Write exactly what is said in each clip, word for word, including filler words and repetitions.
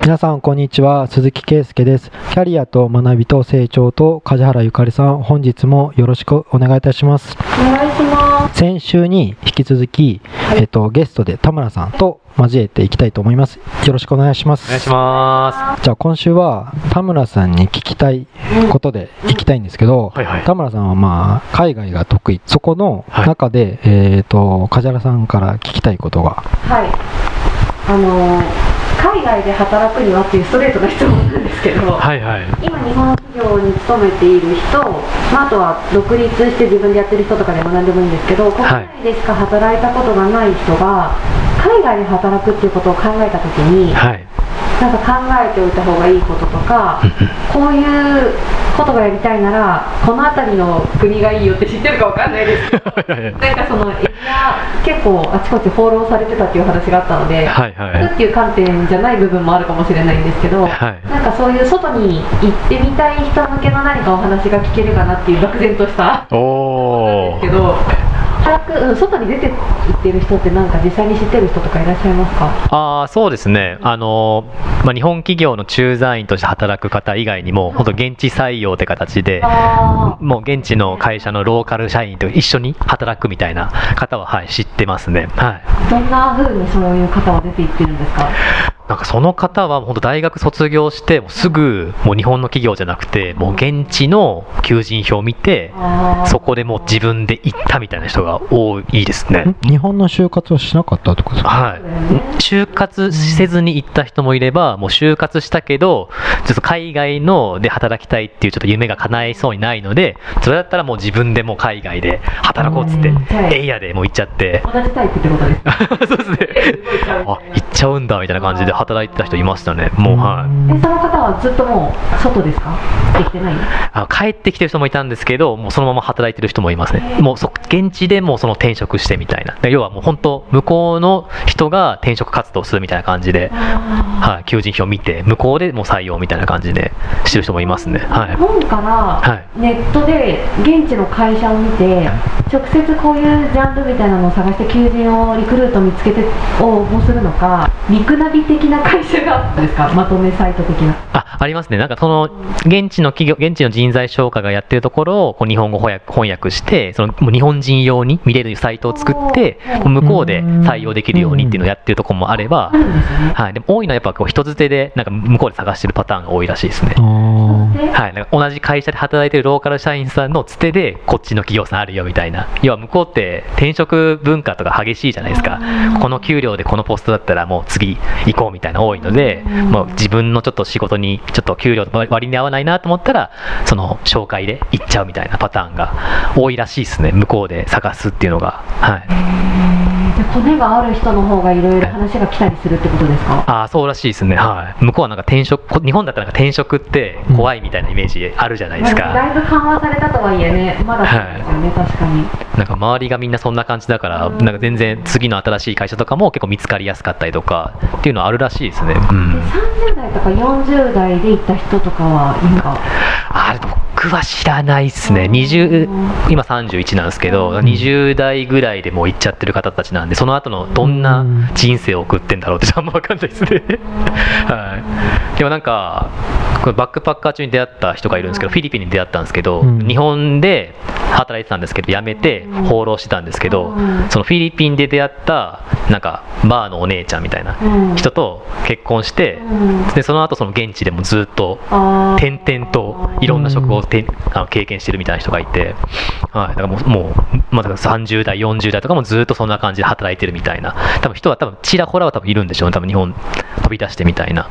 皆さんこんにちは、鈴木圭介です。キャリアと学びと成長と梶原ゆかりさん、本日もよろしくお願いいたします。 お願いします。 先週に引き続き、はい、えっと、ゲストで田村さんと交えていきたいと思います。よろしくお願いします。 お願いします。 じゃあ今週は田村さんに聞きたいことでいきたいんですけど、はいはい、田村さんはまあ海外が得意、そこの中で、はい、えっと梶原さんから聞きたいことが、 はい、あのー海外で働くにはっていうストレートな質問なんですけど、はいはい、今日本企業に勤めている人、まあ、あとは独立して自分でやってる人とかでも何でもいいんですけど、国内でしか働いたことがない人が海外で働くっていうことを考えたときに、はい、なんか考えておいた方がいいこととかこういうことがやりたいならこの辺りの国がいいよって知ってるかわかんないですけどなんかそのエリア結構あちこち放浪されてたっていう話があったので、はいはい、っていう観点じゃない部分もあるかもしれないんですけど、はい、なんかそういう外に行ってみたい人向けの何かお話が聞けるかなっていう漠然としたおなんですけど、外に出て行ってる人ってなんか実際に知ってる人とかいらっしゃいますか？ ああ、そうですね、あの、まあ、日本企業の駐在員として働く方以外にも本当現地採用って形でもう現地の会社のローカル社員と一緒に働くみたいな方は、はい、知ってますね、はい、 どんな風にそういう方は出て行ってるんですか？ なんかその方は本当大学卒業してもうすぐもう日本の企業じゃなくてもう現地の求人票を見てそこでもう自分で行ったみたいな人が多いですね。 日本の就活はしなかったってことですか？ はい、就活せずに行った人もいればもう就活したけどちょっと海外ので働きたいっていうちょっと夢が叶いそうにないのでそれだったらもう自分でもう海外で働こうっつってエイヤでもう行っちゃって同じタイプってことですそうですねあ、行っちゃうんだみたいな感じで働いてた人いましたね。もう、はい、 えその方はずっともう外ですか？できてない？ あ、帰ってきてる人もいたんですけどもうそのまま働いてる人もいますね。もうそ現地でもうその転職してみたいな、要はもう本当向こうの人が転職活動するみたいな感じで、はい、求人票を見て向こうでもう採用みたいな感じでしてる人もいますね。はい、 日本からネットで現地の会社を見て直接こういうジャンルみたいなのを探して求人をリクルート見つけて応募するのか、リクナビ的な会社があるんですか？まとめサイト的な。 あ、ありますね。なんかその現地の企業、現地の人材紹介がやってるところをこう日本語翻訳、翻訳してそのもう日本人用に見れるサイトを作って向こうで採用できるようにっていうのをやってるところもあれば、はい、でも多いのはやっぱこう人づてでなんか向こうで探してるパターンが多いらしいですね。はい、なんか同じ会社で働いてるローカル社員さんのつてでこっちの企業さんあるよみたいな、要は向こうって転職文化とか激しいじゃないですか。この給料でこのポストだったらもう次行こうみたいな多いので、もう自分のちょっと仕事にちょっと給料割に合わないなと思ったらその紹介で行っちゃうみたいなパターンが多いらしいですね。向こうで探すっていうのが、はい、 で骨がある人の方がいろいろ話が来たりするってことですか？ ああ、そうらしいですね。はい、向こうはなんか転職、日本だったらなんか転職って怖いみたいなイメージあるじゃないですか、 うん、だいぶ緩和されたとはいえね、まだそうですよね、はい、確かになんか周りがみんなそんな感じだから、うん、なんか全然次の新しい会社とかも結構見つかりやすかったりとかっていうのはあるらしいですね、うん、 でさんじゅう代とかよんじゅう代で行った人とかはいるか？ あれ僕は知らないですね。にじゅう今さんじゅういちなんですけど、にじゅう代ぐらいでもう行っちゃってる方たちなんでその後のどんな人生を送ってんだろうってあんま分かんないですねはい、でもなんかこれバックパッカー中に出会った人がいるんですけど、フィリピンに出会ったんですけど、日本で働いてたんですけど辞めて放浪してたんですけど、そのフィリピンで出会ったなんかバーのお姉ちゃんみたいな人と結婚して、でその後その現地でもずっと転々といろんな職をてあの経験してるみたいな人がいて、はい、だからもう、もうまださんじゅう代よんじゅう代とかもずっとそんな感じで働いてるみたいな、多分人は多分ちらほらは多分いるんでしょうね。多分日本飛び出してみたいな、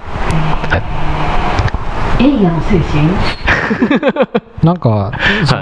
はい、エイヤの精神なんか、はい、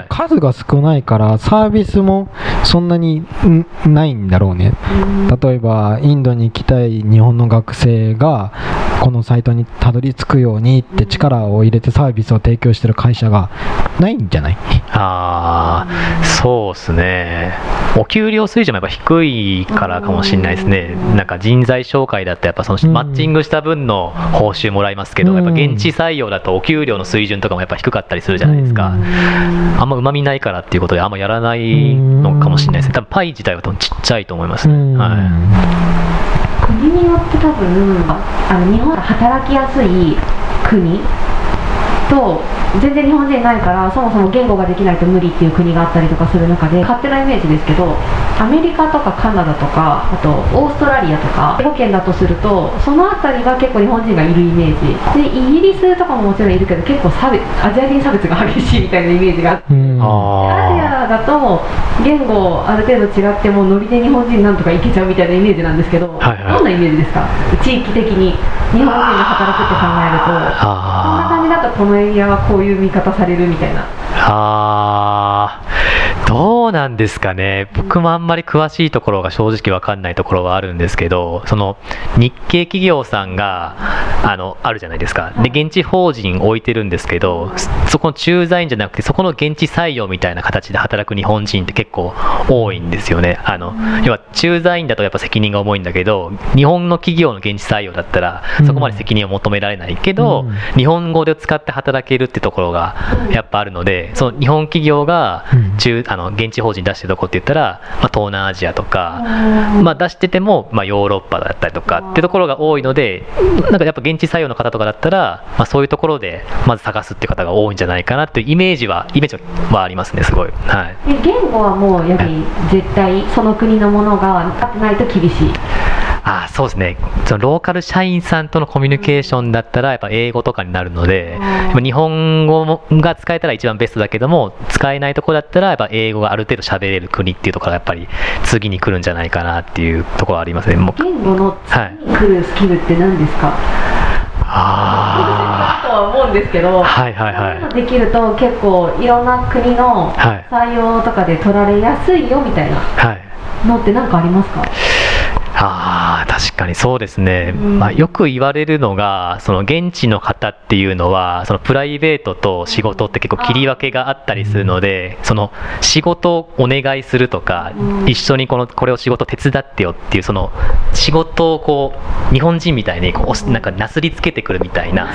数が少ないからサービスもそんなにないんだろうね。例えばインドに行きたい日本の学生がこのサイトにたどり着くようにって力を入れてサービスを提供してる会社がないんじゃない？ ああ、そうですね。お給料水準もやっぱ低いからかもしれないですね。なんか人材紹介だとやっぱそのマッチングした分の報酬もらいますけど、やっぱ現地採用だとお給料の水準とかもやっぱ低かったりするじゃないですか。あんまうまみないからっていうことであんまやらないのかもしれないですね。多分パイ自体は多分ちっちゃいと思いますね。はい。 国によって多分あの日本が働きやすい国と全然日本人いないからそもそも言語ができないと無理っていう国があったりとかする中で、勝手なイメージですけどアメリカとかカナダとかあとオーストラリアとか英語圏だとするとその辺りは結構日本人がいるイメージで、イギリスとかももちろんいるけど結構差別アジア人差別が激しいみたいなイメージがあって、うん、アジアだと言語ある程度違ってもノリで日本人なんとかいけちゃうみたいなイメージなんですけど、はいはい、どんなイメージですか、地域的に日本人が働くって考えるとこんな感じだとこのエリアはこういう見方されるみたいな。 あー、どうなんですかね。僕もあんまり詳しいところが正直わかんないところはあるんですけど、その日系企業さんがあのあるじゃないですか。で現地法人置いてるんですけど、そこの駐在員じゃなくてそこの現地採用みたいな形で働く日本人って結構多いんですよね。あの要は駐在員だとやっぱ責任が重いんだけど、日本の企業の現地採用だったらそこまで責任を求められないけど、うん、日本語で使って働けるってところがやっぱあるので、その日本企業が中あの現地法人出してるとこって言ったら、まあ、東南アジアとか、まあ、出してても、まあ、ヨーロッパだったりとかってところが多いので、なんかやっぱ現地採用の方とかだったら、まあ、そういうところでまず探すっていう方が多いんじゃないかなっていうイメージはイメージはありますね、すごい。はい、 言語はもうやはり絶対その国のものが分かってないと厳しい。 あ、そうですね。そのローカル社員さんとのコミュニケーションだったらやっぱ英語とかになるので、日本語が使えたら一番ベストだけども、使えないところだったらやっぱ英語がある程度喋れる国っていうところがやっぱり次に来るんじゃないかなっていうところはありますね。もう言語の次に来るスキルって何ですか？ ああとは思うんですけど、 はいはいはい、 できると結構いろんな国の採用とかで取られやすいよみたいなのって何かありますか？ ああ、確かにそうですね、うんまあ、よく言われるのがその現地の方っていうのはそのプライベートと仕事って結構切り分けがあったりするので、その仕事をお願いするとか、うん、一緒にこのこれを仕事手伝ってよっていうその仕事をこう日本人みたいにこうなんかなすりつけてくるみたいな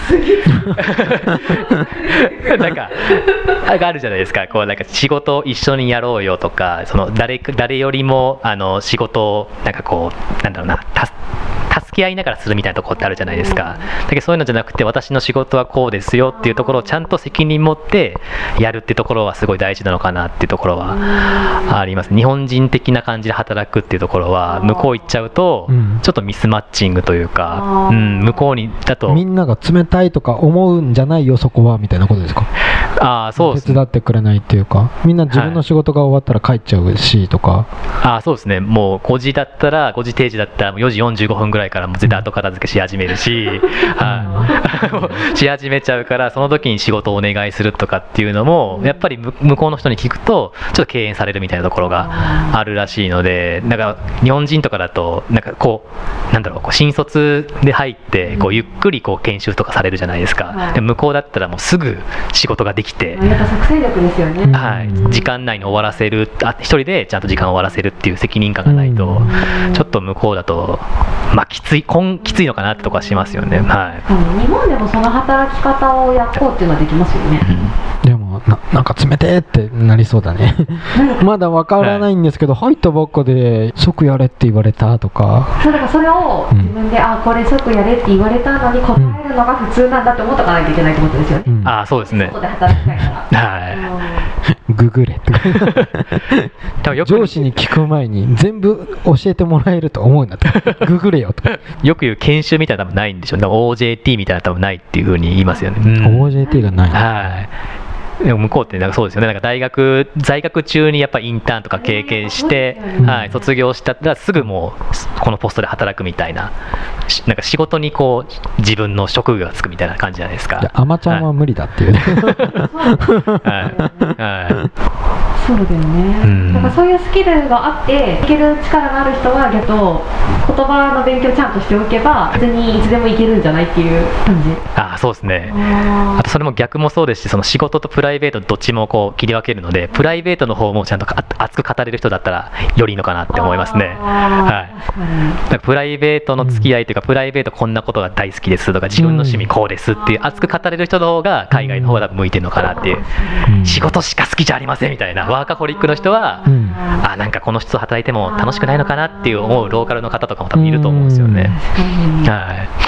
なんかがあるじゃないですか。こうなんか仕事を一緒にやろうよとか、その 誰, 誰よりもあの仕事をなんかこうなんだろうな、助け合いながらするみたいなところってあるじゃないですか。だけどそういうのじゃなくて、私の仕事はこうですよっていうところをちゃんと責任持ってやるってところはすごい大事なのかなっていうところはあります。日本人的な感じで働くっていうところは向こう行っちゃうとちょっとミスマッチングというか、うん、向こうにだとみんなが冷たいとか思うんじゃないよそこはみたいなことですか？ あ、そうですね、 手伝ってくれないっていうか、みんな自分の仕事が終わったら帰っちゃうしとか、 はい、あ、そうですね。もうごじだったらごじ定時だったらよじよんじゅうごふんぐらいからもう絶対後片付けし始めるし、はい、し始めちゃうから、その時に仕事をお願いするとかっていうのもやっぱり向こうの人に聞くとちょっと敬遠されるみたいなところがあるらしいので、なんか日本人とかだとなんかこうなんだろう、こう新卒で入ってこうゆっくりこう研修とかされるじゃないですか、はい、で向こうだったらもうすぐ仕事ができて、 やっぱ作戦力ですよね、 はい、時間内に終わらせる、あ、一人でちゃんと時間を終わらせるっていう責任感がないとちょっと向こうだとまあきつい、こんきついのかなってとこはしますよね、はい、 日本でもその働き方をやこうっていうのはできますよね、 うん、でも な, なんか冷てーってなりそうだねまだわからないんですけど、はい、入ったばっかで即やれって言われたとか、 そうだからそれを自分で、うん、あ、これ即やれって言われたのに答えるのが普通なんだって思っとかなきゃいけないってことですよね、うん、 あ、そうですね、 外で働きたいからはい、 ググれって上司に聞く前に全部教えてもらえると思うんだってググれよとよく言う研修みたいなの多分ないんでしょうね。 オージェーティー みたいなの多分ないっていう風に言いますよね、うん、 オージェーティー がない、 はい、でも向こうってなんかそうですよね。なんか大学在学中にやっぱりインターンとか経験して、はい、卒業したらすぐもうこのポストで働くみたいな、なんか仕事にこう自分の職業がつくみたいな感じじゃないですか。 アマちゃんは無理だっていうね、 はいはい、 そうだよね、うん、だからそういうスキルがあっていける力がある人は逆と言葉の勉強ちゃんとしておけば別にいつでもいけるんじゃないっていう感じ。 あ、そうですね。あ, あとそれも逆もそうですし、その仕事とプライベートどっちもこう切り分けるので、プライベートの方もちゃんと熱く語れる人だったらよりいいのかなって思いますね。はい、だからプライベートの付き合いというか、うん、プライベートこんなことが大好きですとか自分の趣味こうですっていう熱く語れる人の方が海外の方が向いてるのかなっていう、うん、仕事しか好きじゃありませんみたいなワーカホリックの人は、うん、あ、なんかこの人と働いても楽しくないのかなっていう思うローカルの方とかかも多分いると思うんですよね。 確かに、はい、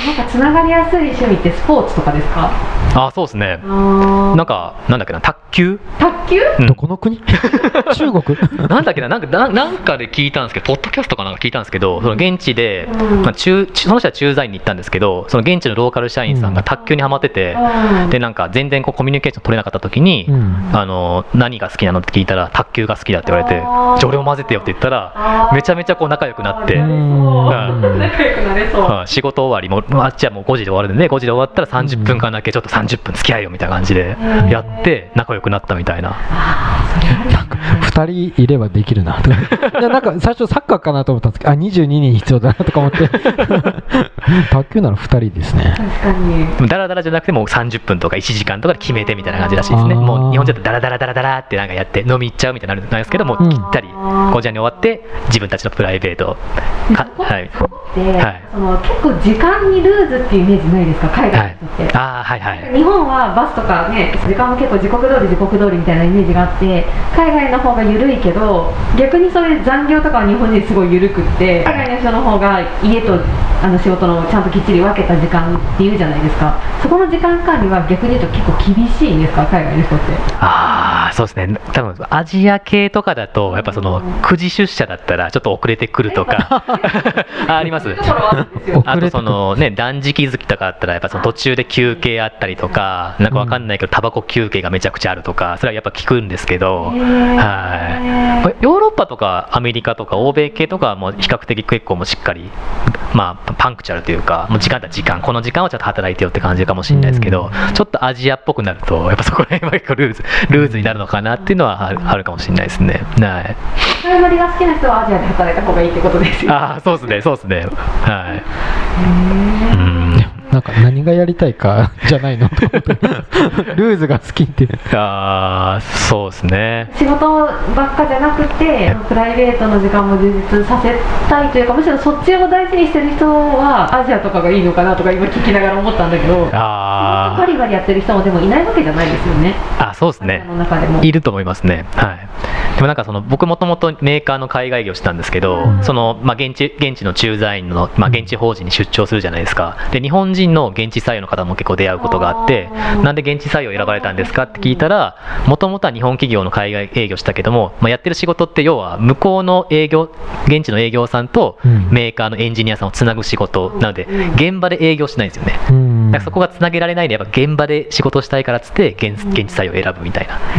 なんかつながりやすい趣味ってスポーツとかですか？ あ、そうですね。なんかなんだっけな、卓球卓球、 うん、どこの国中国なんだっけな、なんかななんかで聞いたんですけど、ポッドキャストかなんか聞いたんですけど、その現地で、うんまあ、中その人は駐在員に行ったんですけど、その現地のローカル社員さんが卓球にハマってて、うん、でなんか全然こうコミュニケーション取れなかった時に、うん、あの何が好きなのって聞いたら卓球が好きだって言われて、じゃあ俺も混ぜてよって言ったらめちゃめちゃこう仲良くなって、 仲良くなれそう、 うん、仕事終わりもあっちはもうごじで終わるんで、ごじで終わったらさんじゅっぷんかんだけちょっとさんじゅっぷん付き合いよみたいな感じでやって仲良くなったみたいな。 なんかふたりいればできるなとなんか最初サッカーかなと思ったんですけど、あにじゅうににん必要だなとか思って卓球ならふたりですね。 確かにダラダラじゃなくてもうさんじゅっぷんとかいちじかんとかで決めてみたいな感じらしいですね。もう日本人だとダラダラダラダラってなんかやって飲み行っちゃうみたいになるんですけども、うん、きったりごじに終わって自分たちのプライベートか、はい、 で、はい、その結構時間にルーズっていうイメージないですか、海外の人って、はい、 あはいはい、 日本はバスとかね時間も結構時刻通り時刻通りみたいなイメージがあって、海外の方が緩いけど逆にそれ残業とかは日本人すごい緩くって、海外の人の方が家とあの仕事のちゃんときっちり分けた時間っていうじゃないですか。そこの時間管理は逆に言うと結構厳しいんですか、海外の人って。 ああそうですね、多分アジア系とかだとやっぱそのくじ出社だったらちょっと遅れてくるとかあります。あとそのね断食月とかあったらやっぱその途中で休憩あったりとか、なんかわかんないけどタバコ休憩がめちゃくちゃあるとか、それはやっぱ聞くんですけど、はい、ヨーロッパとかアメリカとか欧米系とかはもう比較的結構もうしっかり、まあ、パンクチャルというかもう時間だ時間この時間はちょっと働いてよって感じかもしれないですけど、うん、ちょっとアジアっぽくなるとやっぱそこら辺は結構ルーズルーズになるのかなっていうのはある、あるかもしれないですね。はい。 プライマリが好きな人はアジアで働いた方がいいってことですよ。 ああそうですねそうですね、はい。 へー、うん、なんか何がやりたいかじゃないのと思ってルーズが好きってああそうですね、 仕事ばっかじゃなくてプライベートの時間も充実させたいというか、むしろそっちを大事にしてる人はアジアとかがいいのかなとか今聞きながら思ったんだけど、あバリバリやってる人もでもいないわけじゃないですよね。 あそうですね、の中でもいると思いますね。はい。でもなんかその僕もともとメーカーの海外業したんですけど、うん、そのまあ現地現地の駐在員のまあ現地法人に出張するじゃないですか。で日本人の現地採用の方も結構出会うことがあって、なんで現地採用選ばれたんですかって聞いたら、もともとは日本企業の海外営業したけども、まあ、やってる仕事って要は向こうの営業現地の営業さんとメーカーのエンジニアさんをつなぐ仕事なので、現場で営業しないんですよね。うん、だからそこがつなげられないでやっぱ現場で仕事したいからっつって現現地採用を選ぶみたいな、うん、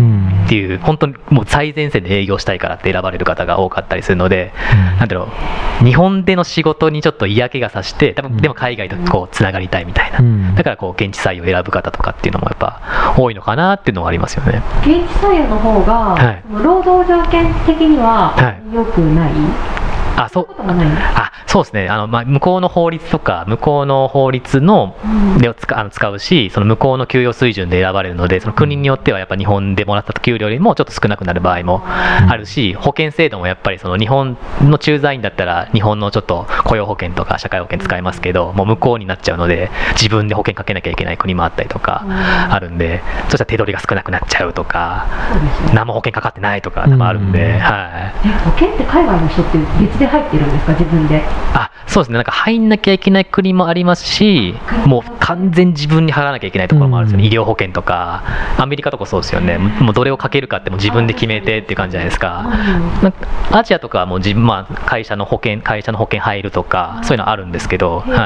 っていう本当にもう最前線で営業したいからって選ばれる方が多かったりするので、うん、なんだろう、日本での仕事にちょっと嫌気がさして多分でも海外とこうつながりたいみたいな、うん、だからこう現地採用を選ぶ方とかっていうのもやっぱ多いのかなっていうのはありますよね。 現地採用の方が、はい、労働条件的には良くない、はい、 あそうあそうですね、あの、まあ、向こうの法律とか向こうの法律の、うん、でを使あの使うし、その向こうの給与水準で選ばれるので、その国によってはやっぱ日本でもらった給料よりもちょっと少なくなる場合もあるし、保険制度もやっぱりその日本の駐在員だったら日本のちょっと雇用保険とか社会保険使いますけど、もう向こうになっちゃうので自分で保険かけなきゃいけない国もあったりとかあるんで、そしたら手取りが少なくなっちゃうとか、何も保険かかってないとかもあるんで、はい、 保険って海外の人って別で入ってるんですか、自分で。 あそうですね、なんか入んなきゃいけない国もありますし、もう完全自分に払わなきゃいけないところもあるんですよね、うん、医療保険とか。アメリカとかそうですよね、もうどれをかけるかってもう自分で決めてっていう感じじゃないですか。なんかアジアとかはもう自分、まあ、会社の保険会社の保険入るとかそういうのあるんですけど、はい、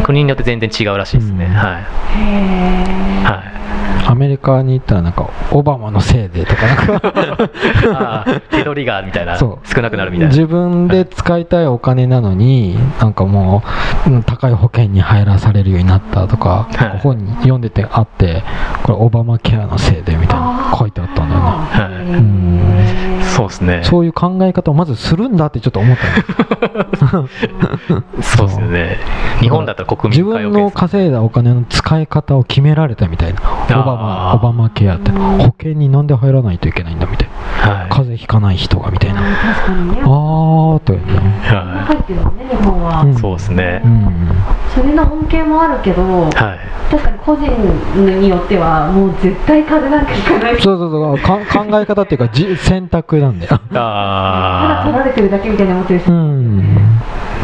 国によって全然違うらしいですね、うん、はい、へはい。アメリカに行ったらなんかオバマのせいでとかなんかあ手取りがみたいな、少なくなるみたいな、 自分で使いたいお金なのになんかもう高い保険に入らされるようになったとか、はい、本に読んでてあって、これオバマケアのせいでみたいな書いてあったんだよね、はい、うん、 そうですね、 そういう考え方をまずするんだってちょっと思ったのそうですよね、日本だったら国民自分の稼いだお金の使い方を決められたみたいな、オバマ、オバマケアって保険になんで入らないといけないんだみたいな、はい、風邪ひかない人がみたいな、 確かにね、 あーって、ね、 はい、入ってるのね日本は、 うん、そうですね、うん、 それの恩恵もあるけど、はい、確かに個人によってはもう絶対風邪なんかひかない、 そうそうそうか考え方っていうかじ選択なんだよあただ取られてるだけみたいな思ってる人、 うん、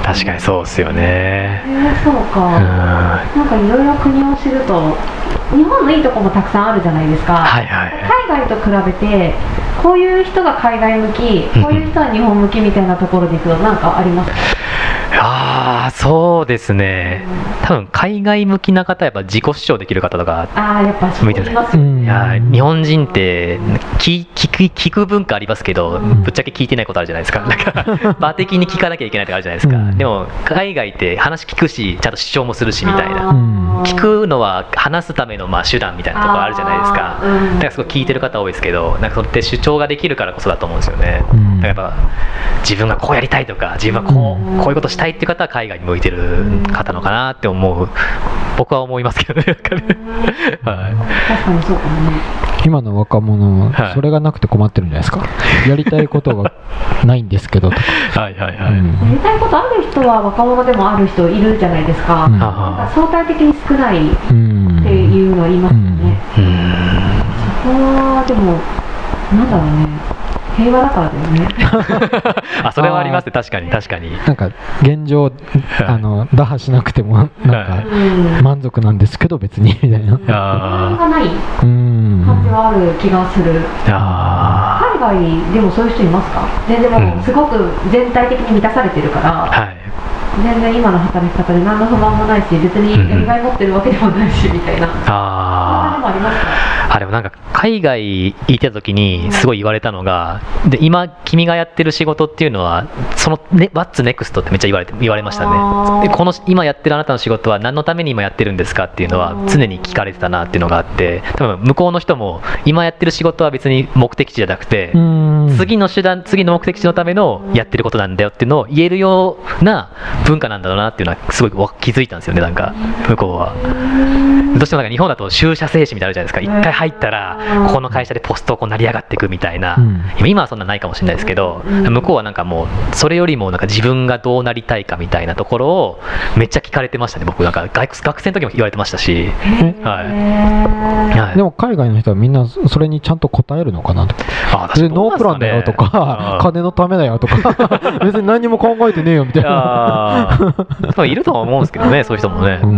確かにそうですよね。 えー、そうか、うん、なんかいろいろ国を知ると日本のいいとこもたくさんあるじゃないですか、 はいはい、 海外と比べてこういう人が海外向き、こういう人は日本向きみたいなところでいくと何かありますか？ ああ、そうですね、多分海外向きな方はやっぱ自己主張できる方とか向いてる。 いや日本人って聞, 聞, く聞く文化ありますけど、うん、ぶっちゃけ聞いてないことあるじゃないですか。なんか場的に聞かなきゃいけないとかあるじゃないですか、うん、でも海外って話聞くしちゃんと主張もするしみたいな、聞くのは話すためのまあ手段みたいなところあるじゃないですか。だからすごい聞いてる方多いですけど、なんかそれって主張ができるからこそだと思うんですよね、うん、だからやっぱ自分がこうやりたいとか自分はこ う, こういうことしたいっていう方は海外に向いてる方のかなって思う、僕は思いますけどね。はい、確かにそうかもね。 今の若者はそれがなくて困ってるんじゃないですか、はい、やりたいことがないんですけどとかはいはいはい、 うん、やりたいことある人は若者でもある人いるじゃないですか、うん、なんか相対的に少ないっていうのは言いますよね、うんうん、そこはでもなんだろうね、平和だからだよね。 あ、それはありますね。確かに確かに。 なんか現状あの打破しなくてもなんか満足なんですけど別にみたいな。 あがない感じはある気がする。あ海外でもそういう人いますか？全然もうすごく全体的に満たされてるから。はい、全然今の働き方で何の不満もないし別にやりがい持ってるわけでもないしみたいな、うん、あそんなのもありますか？ あでもなんか海外行ってた時にすごい言われたのが、で今君がやってる仕事っていうのはその、ね、What's next ってめっちゃ言われて言われましたね。でこの今やってるあなたの仕事は何のために今やってるんですかっていうのは常に聞かれてたなっていうのがあって、多分向こうの人も今やってる仕事は別に目的地じゃなくて次の手段次の目的地のためのやってることなんだよっていうのを言えるような文化なんだろうなっていうのはすごい気づいたんですよね。なんか向こうはどうしてもなんか日本だと就社精神みたいなのあるじゃないですか。一回入ったらここの会社でポストをこう成り上がっていくみたいな、うん、今はそんなないかもしれないですけど、向こうはなんかもうそれよりもなんか自分がどうなりたいかみたいなところをめっちゃ聞かれてましたね。僕なんか学学生の時も言われてましたし、はいはい、 でも海外の人はみんなそれにちゃんと答えるのかなと。ああ、ノープランだよとか金のためだよとか別に何も考えてねえよみたいないるとは思うんですけどね、そういう人もね、うん、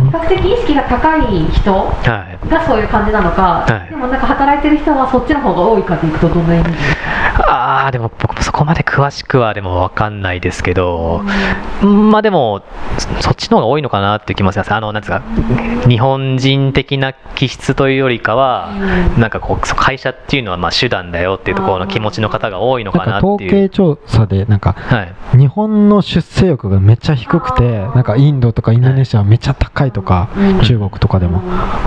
比較的意識が高い人がそういう感じなのか、はい、でもなんか働いてる人はそっちの方が多いかといくとどんなイメージですか？ ああでも僕もそこまで詳しくはでも分かんないですけど、うん、まあでもそっちの方が多いのかなっていう気もします。あのなんですか、日本人的な気質というよりかは、うん、なんかこう会社っていうのはまあ手段だよっていうところの気持ちの方が多いのかなっていう。 統計調査でなんか、はい、日本の出生欲がめっちゃ低くて、なんかインドとかインドネシアはめっちゃ高いとか、はい、中国とかでも、うん、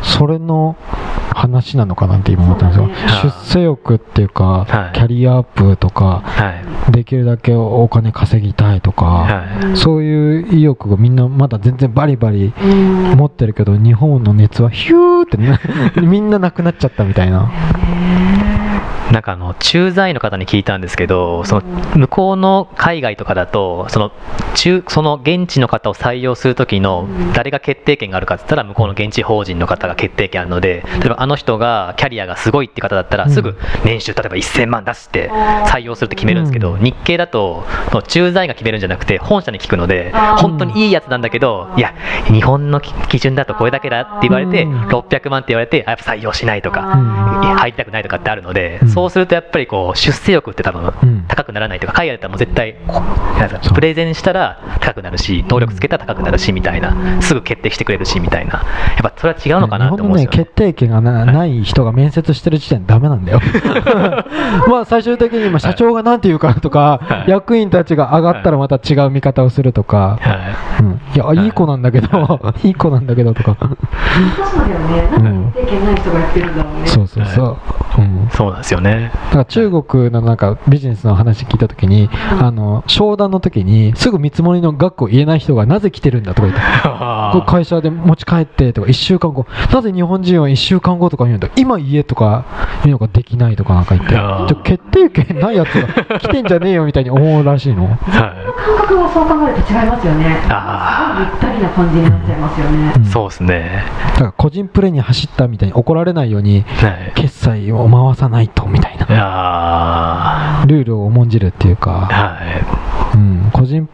それの話なのかなって今思ったんですよ、ね、出世欲っていうか、はい、キャリアアップとか、はい、できるだけお金稼ぎたいとか、はい、そういう意欲がみんなまだ全然バリバリ持ってるけど、日本の熱はヒューってなみんななくなっちゃったみたいな。 なんかあの駐在員の方に聞いたんですけど、その向こうの海外とかだとその中その現地の方を採用する時の誰が決定権があるかって言ったら向こうの現地法人の方が決定権あるので、例えばあの人がキャリアがすごいって方だったらすぐ年収例えばせんまん出して採用するって決めるんですけど、日系だと駐在員が決めるんじゃなくて本社に聞くので、本当にいいやつなんだけど、いや日本の基準だとこれだけだって言われてろっぴゃくまんって言われてやっぱ採用しないとか入りたくないとかってあるので、そうするとやっぱりこう出世欲って多分高くならないというか、海外だったらもう絶対プレゼンしたら高くなるし、能力つけたら高くなるしみたいな、すぐ決定してくれるしみたいな、やっぱそれは違うのかなと思うんですよね。日本のね、 決定権が な, ない人が面接してる時点でダメなんだよまあ最終的に今社長がなんて言うかとか、はい、役員たちが上がったらまた違う見方をするとか、はいうん、いや、はい、いい子なんだけど、はい、いい子なんだけどとかそうだよね、なんか決定権ない人がやってるんだろうね、うん、 そうそうそう、はいうん、 そうなんですよね。 だから中国のなんかビジネスの話聞いたときに、うん、あの商談の時にすぐ見積もりの額を言えない人がなぜ来てるんだとか言ってこ会社で持ち帰ってとかいっしゅうかんご、なぜ日本人はいっしゅうかんごとか言うんだ、今言えとか言うのができないとかなんか言って、じゃ決定権ないやつが来てんじゃねえよみたいに思うらしいの、はい、 感覚はそう考えると違いますよね。あすごいゆったりな感じになっちゃいますよね、 うん、そうですね。 だから個人プレーに走ったみたいに怒られないように、はい、決済を回さないとみたいな、ルールを重んじるっていうか、はいうん、個人プ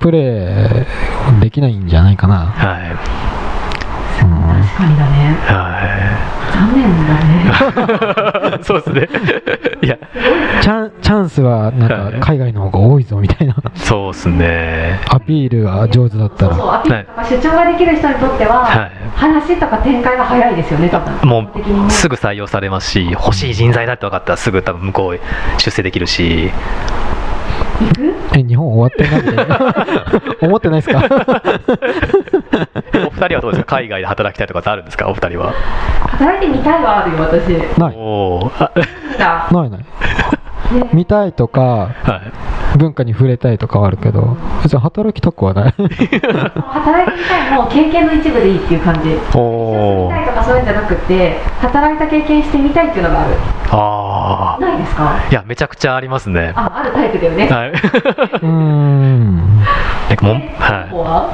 プレーできないんじゃないかな。 はい、 うん、 確かにだね。 はい、 残念だね。 そうですね。いやチャン、チャンスはなんか海外の方が多いぞみたいな。 そうですね。 アピールが上手だったら。 そうそう、アピールとか主張ができる人にとっては、はい、話とか展開が早いですよね。多分もうすぐ採用されますし、欲しい人材だって分かったらすぐ多分向こう出世できるし。 行く？ え、日本終わってなくて思ってないですか？ お二人はどうですか？海外で働きたいとかってあるんですか？お二人は。 働いてみたいはあるよ、私。 ない。 おないない。見たいとか、はい、文化に触れたいとかはあるけど、別に働きたくはない。 働いてみたいも経験の一部でいいっていう感じ。お見たいとかそういうんじゃなくて、働いた経験してみたいっていうのがある。 ああ。 ないですか？ いや、めちゃくちゃありますね。 あ、あるタイプだよね。 はい。うーん。 なんかもう、はい。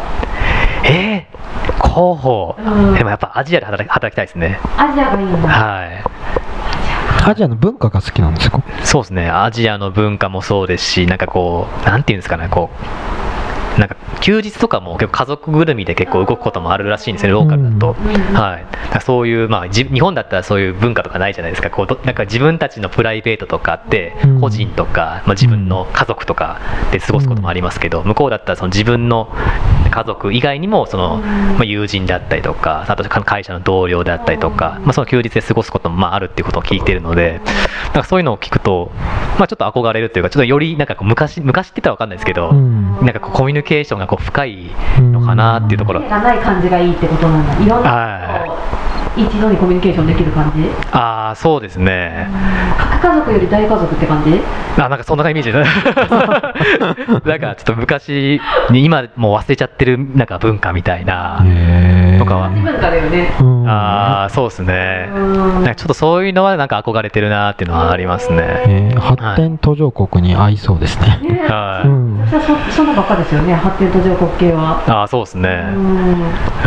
えー、候補、うん、でもやっぱアジアで働き、働きたいですね。 アジアがいいんだ。 はい。 アジアの文化が好きなんですか？ そうですね。アジアの文化もそうですし、なんかこう、なんていうんですかね、こう、なんか休日とかも結構家族ぐるみで結構動くこともあるらしいんですね、ローカルだと。うん、はい。だそういう、まあ、日本だったらそういう文化とかないじゃないですか。こうなんか自分たちのプライベートとかって、個人とか、まあ、自分の家族とかで過ごすこともありますけど、向こうだったらその自分の家族以外にもその、まあ、友人であったりとか、あと会社の同僚であったりとか、まあ、その休日で過ごすこともまああるっていうことを聞いているので、なんかそういうのを聞くと、まあ、ちょっと憧れるというか、ちょっとよりなんかこう昔昔って言ったら分かんないですけど、うん、なんかこうコミュニケーションがこう深いのかなっていうところ。 がない感じがいいってことなんだ。いろんな一度にコミュニケーションできる感じ。 ああ、そうですね。 核家族より大家族って感じ。 あ、なんかそんなイメージだ。なんかちょっと昔に今もう忘れちゃってるなんか文化みたいなとかは。 文化だよね。 ああ、そうですね。なんかちょっとそういうのはなんか憧れてるなっていうのはありますね。 発展途上国に合いそうですね。 はい。うん、そそのばっかですよね。発展途上国系は。 ああ、そうですね。うん。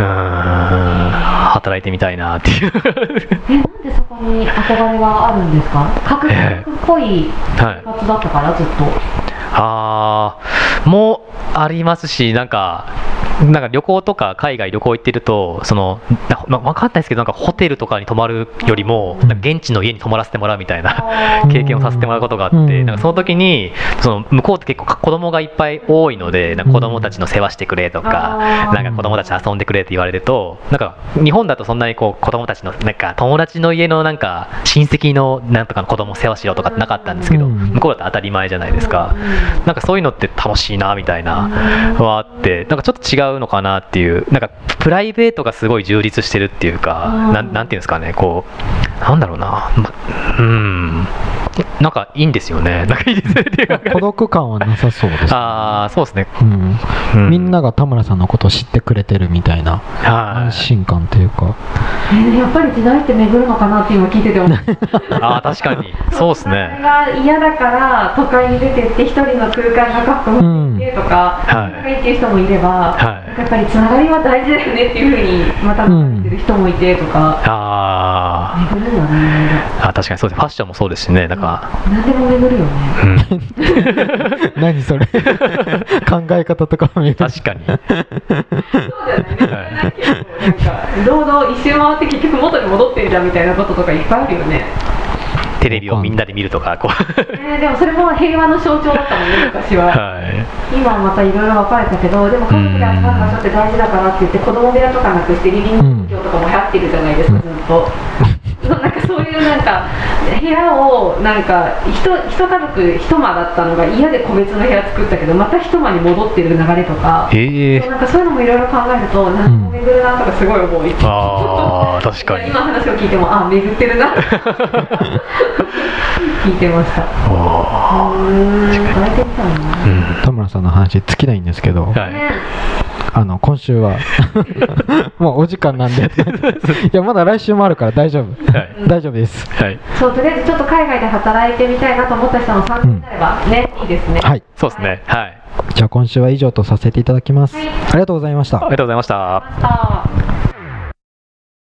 働いてみたいなっていう。 え、なんでそこに憧れがあるんですか？核家族っぽい生活だったから、ずっと。 ああ、もうありますし、なんか。なんか旅行とか海外旅行行ってるとそのな、ま、分かんないですけどなんかホテルとかに泊まるよりもなんか現地の家に泊まらせてもらうみたいな経験をさせてもらうことがあって、うん、なんかその時にその向こうって結構子供がいっぱい多いのでなんか子供たちの世話してくれとか、うん、なんか子供たち遊んでくれって言われるとなんか日本だとそんなにこう子供たちのなんか友達の家のなんか親戚のなんとかの子供を世話しようとかってなかったんですけど、うん、向こうだと当たり前じゃないですか。なんかそういうのって楽しいなみたいなはあってなんかちょっと違うのかなっていうなんかプライベートがすごい充実してるっていうかな ん, なんていうんですかねこうなんだろうな、ま、うんなんかいいんですよね。なんかいいですねっていう孤独感はなさそうです、ね、 ああそうですね、 うんうん、みんなが田村さんのことを知ってくれてるみたいな安心感というか、 えー、やっぱり時代って巡るのかなって今聞いてて思うああ確かにそうですね。 それが嫌だから都会に出てって一人の空間が確保してとか、うん、はい、っていう人もいれば、はい、やっぱりつながりは大事だよねっていうふうにまた思ってる人もいてとか、うん、 ああ巡るんだね。 あ確かにそうです。ファッションもそうですしね。なんか何でも巡るよね、 うん、何それ考え方とかも巡る。 確かにそうだよね、はい、なんか労働一周回って結局元に戻ってんじゃんみたいなこととかいっぱいあるよね。 テレビをみんなで見るとかこう、 えー、でもそれも平和の象徴だったもんね昔は、はい、今はまたいろいろ分かれたけどでも家族で集まる場所って大事だからって言って子供部屋とかなくしてリビング環境とかも流行ってるじゃないですか、うん、ずっとなんかそういうなんか部屋をなんか一家族一間だったのが嫌で個別の部屋作ったけどまた一間に戻ってる流れとか、えー、なんかそういうのもいろいろ考えると何も巡るなとかすごい思う、うん、 あ確かに今話を聞いてもあ巡ってるな聞いてました。あ田村さんの話尽きないんですけど、はい、あの今週はもうお時間なんでいやまだ来週もあるから大丈夫、はい、大丈夫です、 はい、そうとりあえずちょっと海外で働いてみたいなと思った人の参考になればね、うん、いいですね。 はいそうですね。はいじゃあ今週は以上とさせていただきます、はい、ありがとうございました。 ありがとうございました。